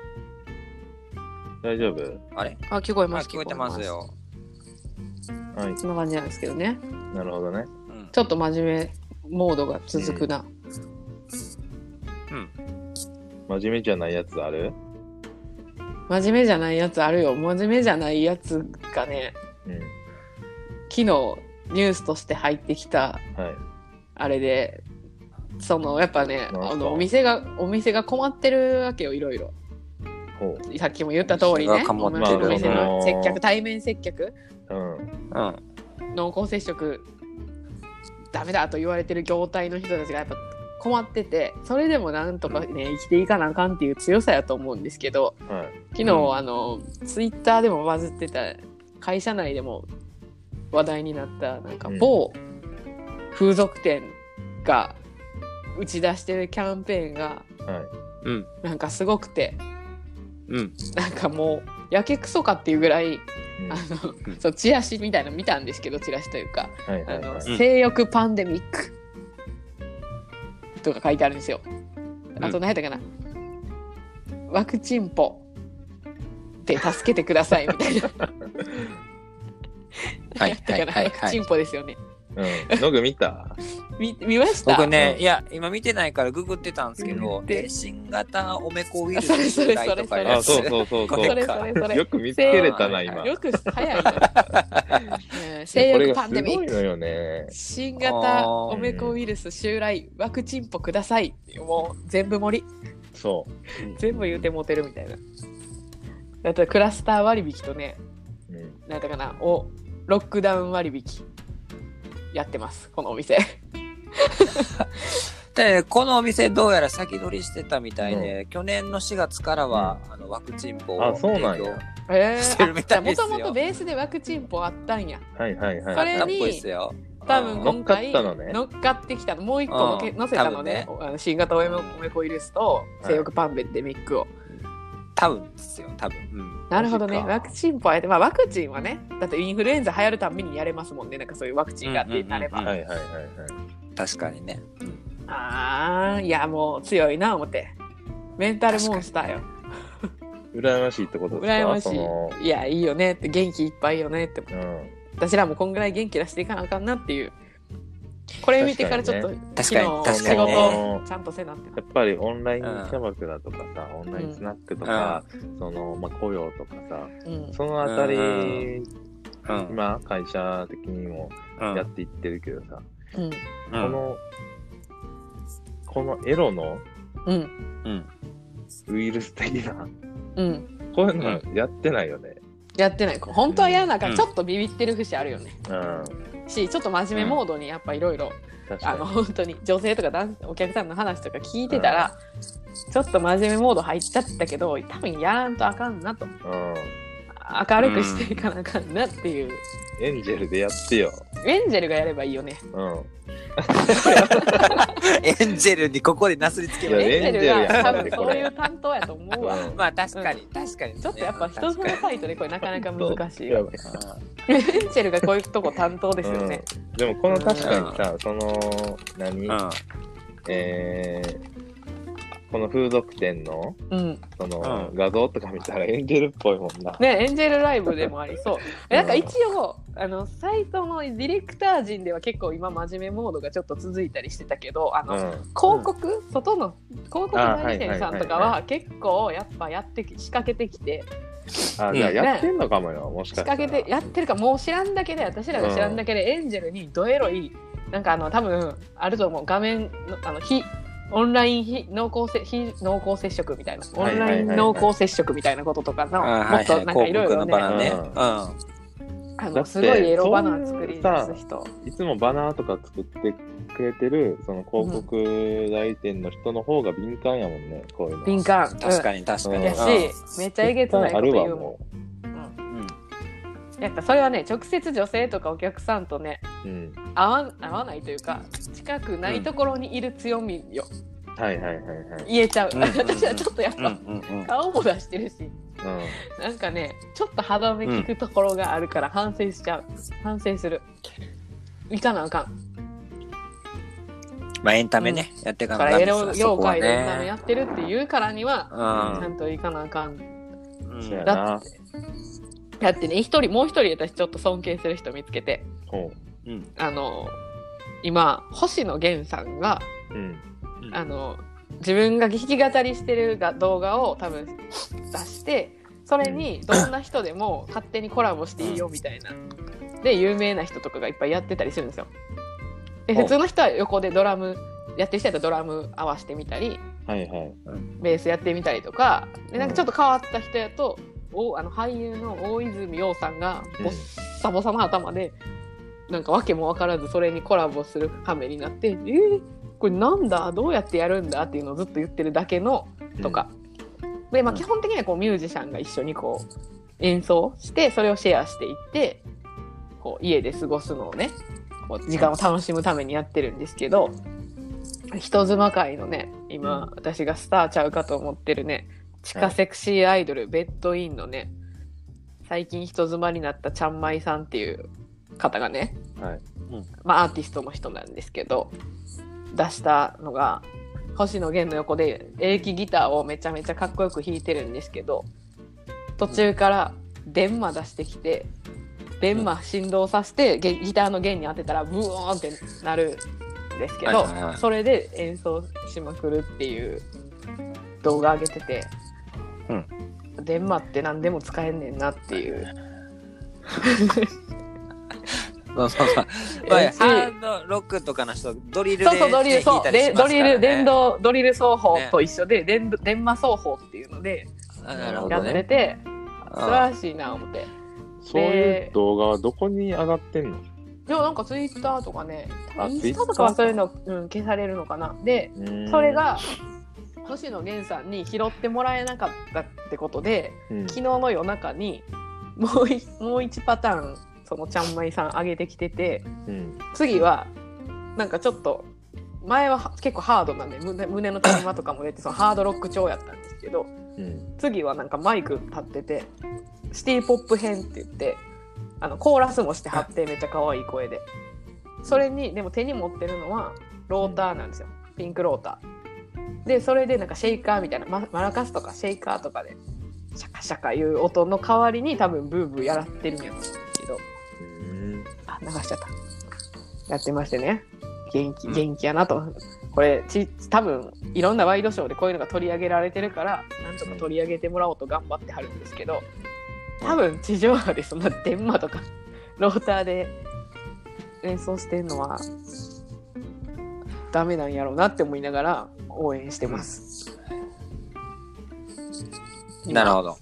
大丈夫？ あれ？ 聞こえます。 聞こえてますよ。 はい。 そんな感じなんですけどね。 なるほどね。 ちょっと真面目モードが続くな。 真面目じゃないやつある？ 真面目じゃないやつあるよ。真面目じゃないやつがね、昨日ニュースとして入ってきた、あれで、やっぱね、お店が困ってるわけよ、いろいろ。さっきも言った通りね、お店の接客、対面接客、濃厚接触ダメだと言われてる業態の人たちがやっぱ困ってて、それでもなんとかね生きていかなあかんっていう強さやと思うんですけど、昨日ツイッターでもバズってた、会社内でも話題になったなんか某風俗店が打ち出してるキャンペーンがなんかすごくて、なんかもうやけくそかっていうぐらい、そうチラシみたいなの見たんですけど、チラシというか、性欲パンデミックとか書いてあるんですよ。あと何やったかな、ワクチンポで助けてくださいみたいな。何やったかな、ワクチンポですよね。 ノグ見た？ 見ました。 僕ね、いや今見てないからググってたんですけど、新型オメコウイルスそれよく見つけれたな今。 よく早いよ。性欲パンデミック。 すごいのよね。 新型オメコウイルス襲来、ワクチンポください。もう全部盛り。 そう。 全部言うてモテるみたいな。だってクラスター割引とね、なんだかな、ロックダウン割引やってます、このお店。 でこのお店どうやら先取りしてたみたいで、去年の4月からは、ワクチンポを提供してるみたいですよ。 もともとベースでワクチンポあったんや。 それに多分今回乗っかってきたの、もう一個乗せたのね、新型オメコウイルスと性欲パンデミックを。 多分ですよ、多分。 なるほどね。ワクチンポあえて、まあワクチンはね、だってインフルエンザ流行るたびにやれますもんね。なんかそういうワクチンがってなれば。 確かにね。 いやもう強いな思って。メンタルモンスターよ。 羨ましいってことですか？ 羨ましい。いやいいよねって、元気いっぱいよねって。私らもこんぐらい元気出していかなあかんなっていう。これ見てからちょっと昨日仕事ちゃんとせなって。 やっぱりオンラインキャバクラとかさ、オンラインスナックとか、雇用とかさ、そのあたり、今会社的にもやっていってるけどさ、このエロのウイルス的な、こういうのやってないよね。 やってない。本当はやらなあかん。ちょっとビビってる節あるよね。ちょっと真面目モードにやっぱいろいろ本当に女性とかお客さんの話とか聞いてたら、ちょっと真面目モード入っちゃったけど、多分やらんとあかんなと、明るくしていかなあかんなっていう。 エンジェルでやってよ。 エンジェルがやればいいよね。 エンジェルにここでなすりつけばエンジェルが多分そういう担当やと思うわ。 まあ確かにちょっとやっぱ人のサイトでこれなかなか難しいよ。エンジェルがこういうとこ担当ですよね。 でもこの確かにさ、この風俗店の、画像とか見たらエンジェルっぽいもんな。 ね、エンジェルライブでもありそう。なんか一応サイトのディレクター陣では結構今真面目モードがちょっと続いたりしてたけど、広告、外の広告代理店さんとかは結構やっぱ仕掛けてきて。 じゃあやってんのかもよ、もしかしたら。 仕掛けてやってるかもう知らんだけで、私らが知らんだけでエンジェルにドエロいなんか多分あると思う、画面のオンライン濃厚接触みたいな、オンライン濃厚接触みたいなこととかの、もっとなんかいろいろね、すごいエロバナー作り出す人、 いつもバナーとか作ってくれてるその広告代理店の人の方が敏感やもんね、こういうの。 敏感。 確かにやし、 めっちゃえげつないこと言うもん。やっぱそれはね、直接女性とかお客さんとね、合わないというか、近くないところにいる強みよ。言えちゃう。私はちょっとやっぱ、顔も出してるし、なんかね、ちょっと歯止め聞くところがあるから反省しちゃう。反省する。いかなあかん。 まあエンタメね、やっていかなあかん。エロ業界でエンタメやってるっていうからには、ちゃんといかなあかん。だってね、もう一人私ちょっと尊敬する人見つけて、今星野源さんが、自分が弾き語りしてる動画を多分出して、それにどんな人でも勝手にコラボしていいよみたいなで有名な人とかがいっぱいやってたりするんですよ。で普通の人は横でドラムやってる人だとドラム合わせてみたり、ベースやってみたりとかで、なんかちょっと変わった人やと、俳優の大泉洋さんがボッサボサの頭でなんか訳も分からずそれにコラボする羽目になって、これなんだどうやってやるんだっていうのをずっと言ってるだけのとか、で、基本的にはこうミュージシャンが一緒にこう演奏してそれをシェアしていってこう家で過ごすのをね、こう時間を楽しむためにやってるんですけど、人妻界のね、今私がスターちゃうかと思ってるね、地下セクシーアイドル、ベッドインのね、最近人妻になったちゃんまいさんっていう方がね、アーティストの人なんですけど、出したのが星野源の横でエレキギターをめちゃめちゃかっこよく弾いてるんですけど、途中から電マ出してきて、電マ振動させてギターの弦に当てたらブーンってなるんですけど、それで演奏しまくるっていう動画上げてて、電マって何でも使えんねんなっていう。 ハードロックとかの人ドリルで弾いたりしますからね。 ドリル奏法と一緒で、電マ奏法っていうのでやってて、素晴らしいな思って。 そういう動画はどこに上がってんの？ でもなんかツイッターとかね、インスタとかはそういうの、消されるのかな。で、それが星野源さんに拾ってもらえなかったってことで、昨日の夜中にもう1パターンそのちゃんまいさん上げてきてて、次はなんかちょっと前は結構ハードなんで胸のテーマとかも出てそのハードロック調やったんですけど、次はなんかマイク立っててシティポップ編って言ってコーラスもしてはってめっちゃ可愛い声で、それにでも手に持ってるのはローターなんですよ、ピンクローターで、それでなんかシェイカーみたいなマラカスとかシェイカーとかでシャカシャカいう音の代わりに多分ブーブーやらってるんやと思うんですけど、流しちゃった、やってましてね、元気やなと。これ多分いろんなワイドショーでこういうのが取り上げられてるからなんとか取り上げてもらおうと頑張ってはるんですけど、多分地上波でそんな電マとかローターで演奏してんのはダメなんやろうなって思いながら応援してます。 なるほど。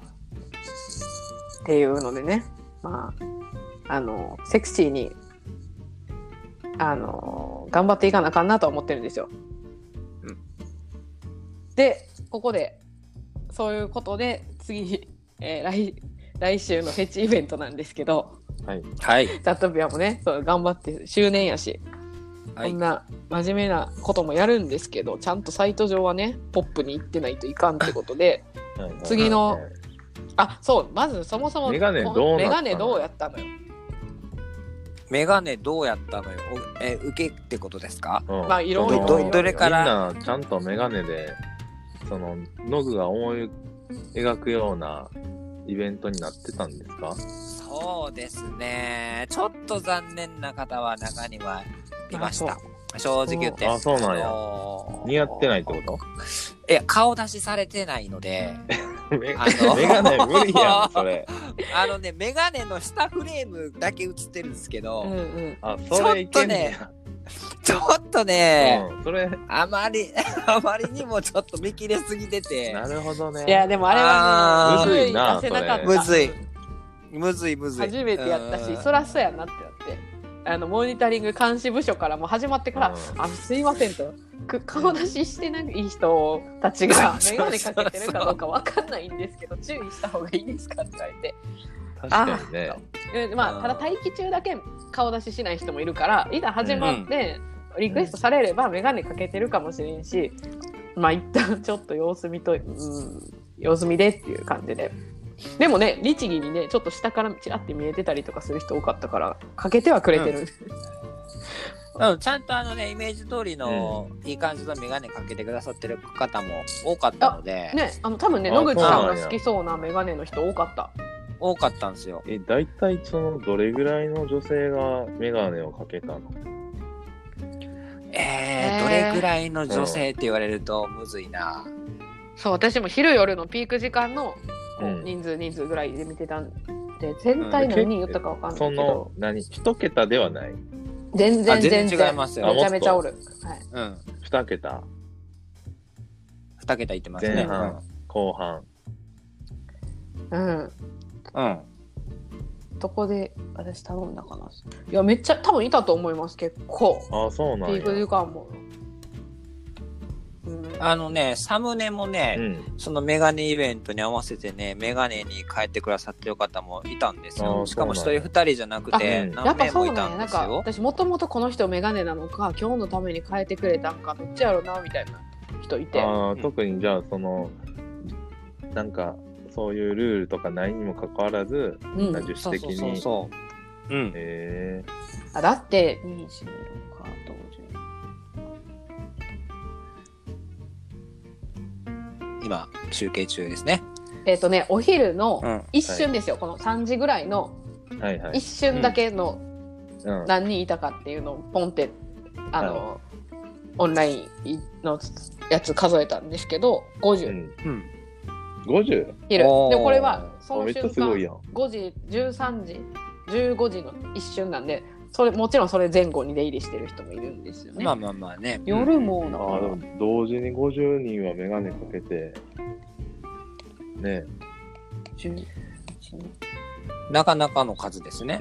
っていうのでね、セクシーに頑張っていかなあかんなとは思ってるんですよ。でここでそういうことで次、来週のフェチイベントなんですけど、ザ・トピアもねそう頑張って周年やし、こんな真面目なこともやるんですけど、ちゃんとサイト上はねポップに行ってないといかんってことで次のそうまずそもそもメガネどうやったのよ。 メガネどうやったのよ。受けってことですか？ いろいろどれからみんなちゃんとメガネでそのノグが思い描くようなイベントになってたんですか？ そうですね。ちょっと残念な方は中にはいました。正直言って。 そうなんや。似合ってないってこと？ いや、顔出しされてないので。 メガネ無理やん、それ。 メガネの下フレームだけ映ってるんですけど、 それいけんねや。 ちょっとね、 それあまりにもちょっと見切れすぎてて。 なるほどね。 いやでもあれはね、 むずいな出せなかった。 むずい。 初めてやったし、そらそうやなってなって、モニタリング監視部署からも始まってから、すいませんと、顔出ししてない人たちが眼鏡かけてるかどうかわかんないんですけど、注意した方がいいですかって言われて。 確かにね。 まあ、ただ待機中だけ顔出ししない人もいるから、いざ始まってリクエストされれば眼鏡かけてるかもしれんし、まあ一旦ちょっと様子見でっていう感じで。でもね、律儀にね、ちょっと下からチラッて見えてたりとかする人多かったから、かけてはくれてる。 ちゃんとイメージ通りのいい感じの眼鏡かけてくださってる方も多かったので。 ね、多分ね、野口さんが好きそうな眼鏡の人多かった。 多かったんですよ。 大体どれぐらいの女性が眼鏡をかけたの？ どれぐらいの女性って言われるとむずいな。 そう、私も昼夜のピーク時間の人数ぐらいで見てたんで、全体何人言ったかわかんないけど、 一桁ではない？ 全然違いますよ。 めちゃめちゃおる。 はい。2桁。 2桁いってますね。 前半、後半。 どこで私頼んだかな。いや、めっちゃ多分いたと思います、結構。 そうなんや。 ピーク時間も。 サムネもね、そのメガネイベントに合わせてね、メガネに変えてくださってる方もいたんですよ。しかも1人2人じゃなくて、何名もいたんですよ。なんか私もともとこの人メガネなのか、今日のために変えてくれたんか、どっちやろうなみたいな人いて。 特にじゃあなんかそういうルールとかないにもかかわらず、自主的に。 だって26か同時。 今集計中ですね。 お昼の一瞬ですよ、この3時ぐらいの一瞬だけの何人いたかっていうのをポンってオンラインのやつ数えたんですけど、50。 50？ 昼。でもこれはその瞬間 5 時、13時、15時の一瞬なんで、もちろんそれ前後に出入りしてる人もいるんですよね。 まあね。 夜もでも同時に50人はメガネかけてね。 なかなかの数ですね。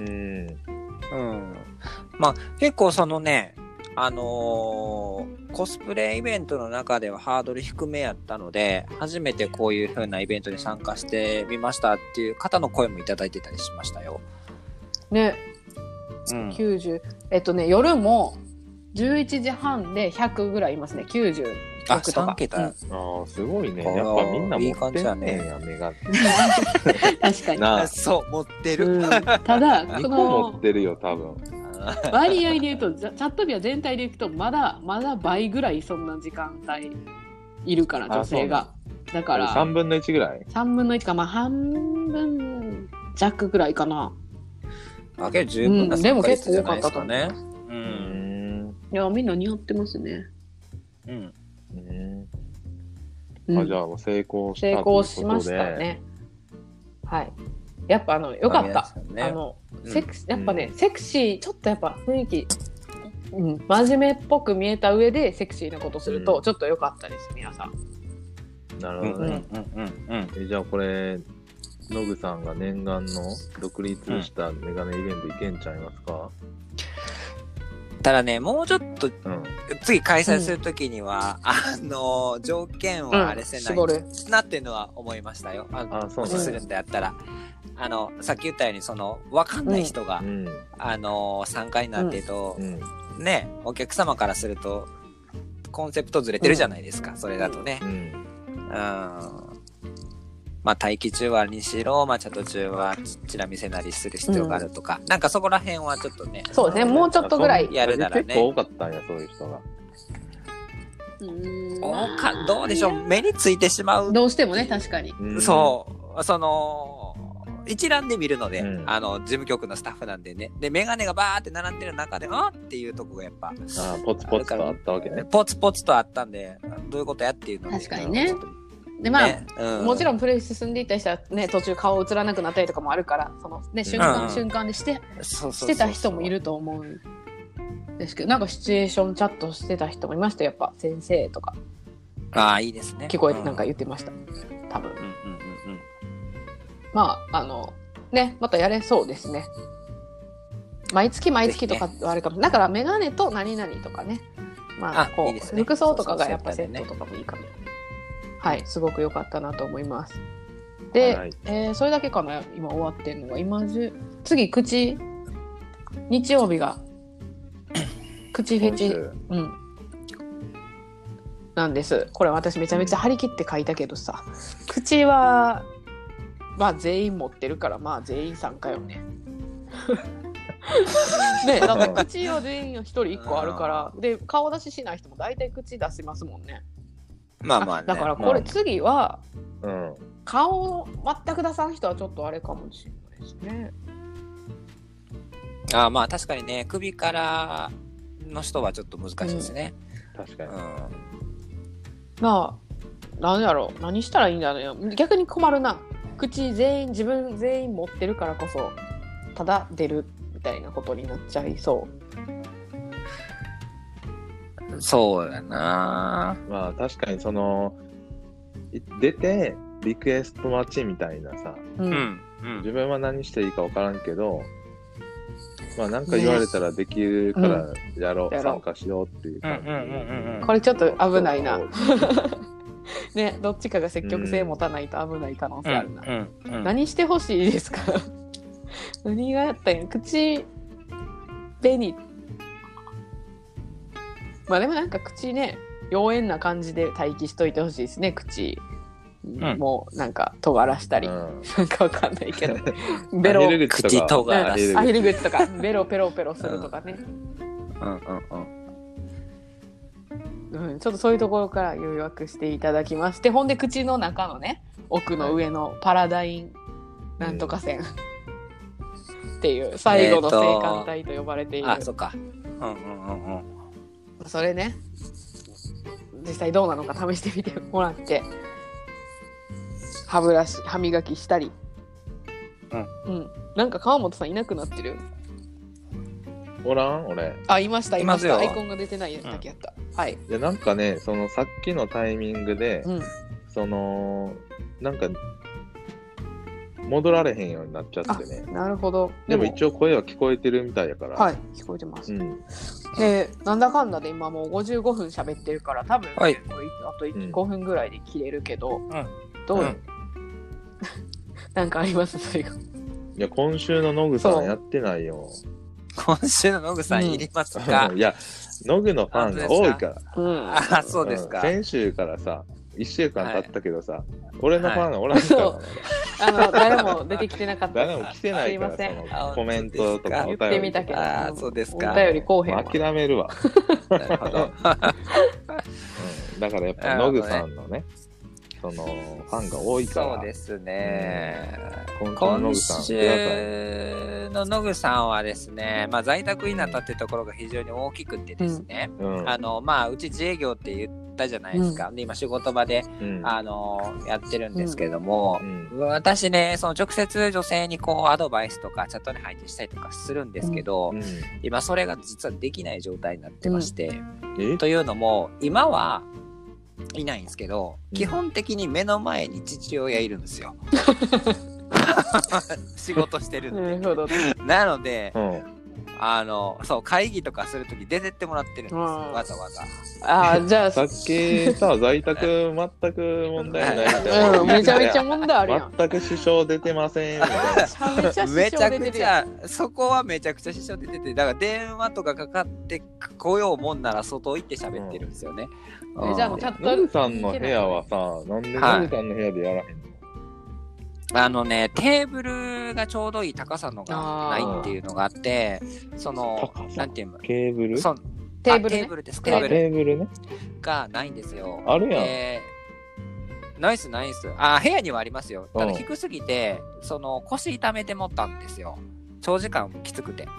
まあ結構コスプレイベントの中ではハードル低めやったので、初めてこういう風なイベントに参加してみましたっていう方の声もいただいてたりしましたよ。 ね。90。夜も11時半で100ぐらいいますね。96とか。 3桁。 すごいね。やっぱみんな持ってんねんや、メガネ。 確かに。 そう、持ってる。 ただ、 2個持ってるよ、多分。 割合で言うと、チャットビア全体でいくとまだ倍ぐらいそんな時間帯いるから、女性が。だから 3分の1ぐらい ?3 分の1か、半分弱ぐらいかな。 けど十分なでも結構多かったとね。 いや、みんな似合ってますね。 じゃあもう成功した成功しましたね。はい。やっぱよかった。やっぱね、セクシー、ちょっとやっぱ雰囲気、真面目っぽく見えた上でセクシーなことすると、ちょっと良かったです、皆さん。 なるほどね。じゃあこれ、野口さんが念願の独立したメガネイベントいけんちゃいますか？ ただね、もうちょっと、次開催するときには、条件はあれせないなっていうのは思いましたよ。もしするんであったら。さっき言ったように、わかんない人が、参加になってると、ね、お客様からすると、コンセプトずれてるじゃないですか、それだとね。まあ、待機中はにしろ、チャット中はチラ見せなりする必要があるとか、なんかそこら辺はちょっとね。 そうですね、もうちょっとぐらいやるならね。 結構多かったんや、そういう人が。 どうでしょう、目についてしまう。 どうしてもね、確かに。 そう、一覧で見るので、事務局のスタッフなんでね。で、メガネがバーって並んでる中で、っていうとこがやっぱ。 ポツポツとあったわけね。 ポツポツとあったんで、どういうことやっていうので。 確かにね。で、もちろんプレイ進んでいった人はね、途中顔映らなくなったりとかもあるから、瞬間でしてた人もいると思う。 ですけど、なんかシチュエーションチャットしてた人もいましたよ。やっぱ先生とか。 ああ、いいですね。 聞こえてなんか言ってました。多分。まあ、ね、またやれそうですね。毎月とかあれかも。だからメガネと何々とかね。まあ、こう、いいですね、服装とかがやっぱセットとかもいいかも。はい、すごく良かったなと思います。で、はい、それだけかな、今終わってんのが。次、日曜日が、口フェチ、なんです。これ私めちゃめちゃ張り切って書いたけどさ、口は、まあ全員持ってるから、まあ全員参加よね。ね、だって口は全員1人1個あるから、で、顔出ししない人も大体口出しますもんね。 まあまあね。 だからこれ次は、顔全く出さん人はちょっとあれかもしれないですね。 ああ、まあ確かにね、首からの人はちょっと難しいですね。 確かに。 まあ、なんやろう、何したらいいんだろう。逆に困るな。口自分全員持ってるからこそ、ただ出るみたいなことになっちゃいそう。 そうやな。 まあ確かに出てリクエスト待ちみたいなさ、自分は何していいか分からんけど、まあなんか言われたらできるからやろう、参加しようっていう感じ。これちょっと危ないな。ね、どっちかが積極性持たないと危ない可能性あるな。何してほしいですか？何がやったんや。口紅。まあでもなんか口ね、妖艶な感じで待機しといてほしいですね。口もうなんか尖らしたり、なんかわかんないけど、ベロ口尖らす、 アヒル口とかベロペロペロするとかね。ちょっとそういうところから誘惑していただきまして、ほんで口の中のね、奥の上のパラダインなんとか線っていう最後の性感帯と呼ばれている。 あ、そっか。 それね、実際どうなのか試してみてもらって、歯磨きしたり。なんか川本さんいなくなってる？ おらん？俺。 あ、いました。アイコンが出てないだけやった。はい。 いや、なんかね、さっきのタイミングで、なんか、戻られへんようになっちゃってね。 なるほど。 でも一応声は聞こえてるみたいやから。 はい、聞こえてます。で、なんだかんだで今もう55分喋ってるから、多分、あと5分ぐらいで切れるけど、どうなんかあります最後？ いや、今週のノグさんやってないよ。 今週のノグさんいりますか？ いや、ノグのファンが多いから。 あ、そうですか。 先週からさ、1週間経ったけどさ、俺のファンがおらんから。 ら。 誰も出てきてなかった誰も来てないから、コメントとか言ってみたけど、 そうですか。 お便りこうへんわ。 諦めるわ。なるほど。だからやっぱノグさんのね、ファンが多いから。 そうですね。 今週のノグさんはですね、まあ在宅になったってところが非常に大きくてですね、まあうち自営業って言ったじゃないですか。で今仕事場で、やってるんですけども、私ね、直接女性にこうアドバイスとかチャットに配置したりとかするんですけど、今それが実はできない状態になってまして、というのも今はいないんですけど、基本的に目の前に父親いるんですよ。仕事してるんで。 なるほど。 なので、そう会議とかするとき出てってもらってるんですよ、わざわざ。 じゃあさっきさ、在宅全く問題ないみたいな。 めちゃめちゃ問題あるやん。 全く支障出てませんみたいな。 めちゃくちゃそこはめちゃくちゃ支障出てて、だから電話とかかかってこようもんなら外行って喋ってるんですよね。 じゃあチャット。 ノグさんの部屋はさ、なんでノグさんの部屋でやらへんの？ テーブルがちょうどいい高さのがないっていうのがあって、なんていうの？ ケーブル？ テーブルです。 テーブルね。 がないんですよ。 あるやん。 ナイス。部屋にはありますよ。ただ低すぎて、腰痛めてもったんですよ。長時間きつくて。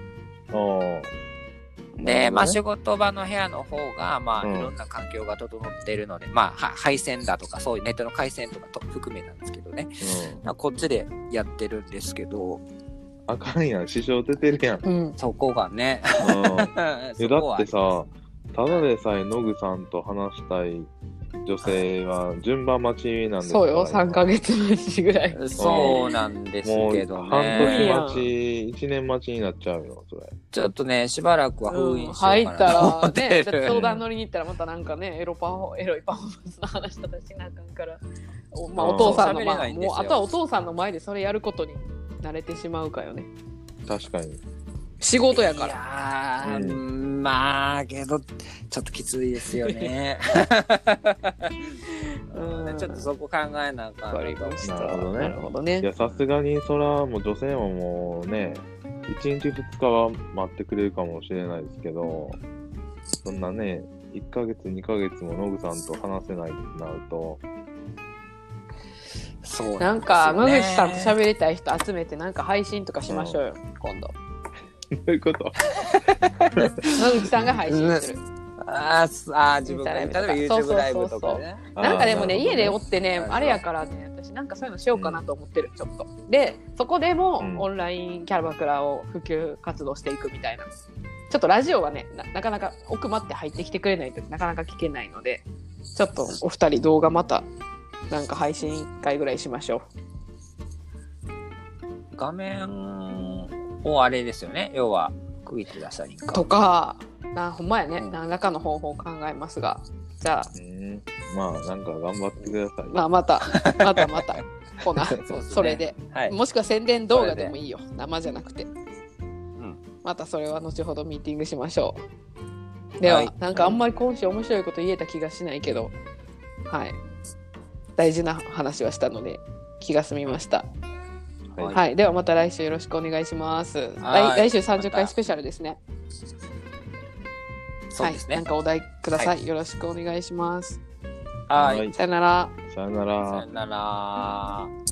で、まあ仕事場の部屋の方が、まあいろんな環境が整っているので、まあ配線だとかそういうネットの回線とかと含めなんですけどね。こっちでやってるんですけど、 あかんやん、支障出てるやん。 うん、 そこがね。 だってさ、ただでさえノグさんと話したい女性は順番待ちなんですから。 そうよ、3ヶ月待ちぐらい。 そうなんですけどね。 もう半年待ち、1年待ちになっちゃうよ、それ。 ちょっとね、しばらくは封印しようかな、 入ったら、ね、相談乗りに行ったらまたなんかね、エロいパフォーマンスの話とかしなあかんから、まあ、お父さんの前、もうあとはお父さんの前でそれやることに慣れてしまうかよね。 確かに。 仕事やから。 いやまあけどちょっときついですよね。ちょっとそこ考えなあかんなと。 なるほどね。 いや、さすがにそらもう女性ももうね、1日2日は待ってくれるかもしれないですけど、そんなね、1ヶ月2ヶ月もノグさんと話せないってなると、 そうなんか野口さんと喋りたい人集めてなんか配信とかしましょうよ、今度。 どういうこと野口さんが配信する。 自分が例えば YouTube ライブとかね。 なんかでもね、家でおってね、あれやからね、私なんかそういうのしようかなと思ってる、ちょっと。で、そこでもオンラインキャバクラを普及活動していくみたいな。ちょっとラジオはね、なかなか奥まって入ってきてくれないとなかなか聞けないので、ちょっとお二人動画またなんか配信1回ぐらいしましょう。画面をあれですよね、要は区切って出したらいいかとか、ほんまやね、何らかの方法を考えますが、じゃあ、 まあなんか頑張ってください。 まあまたほなそれで、はい、もしくは宣伝動画でもいいよ、生じゃなくて、またそれは後ほどミーティングしましょう。では、なんかあんまり今週面白いこと言えた気がしないけど、はい、大事な話はしたので気が済みました。はい、ではまた来週よろしくお願いします。来週30回スペシャルですね。 そうですね。 なんかお題ください。よろしくお願いします。 はい。 さよなら。 さよなら。 さよなら。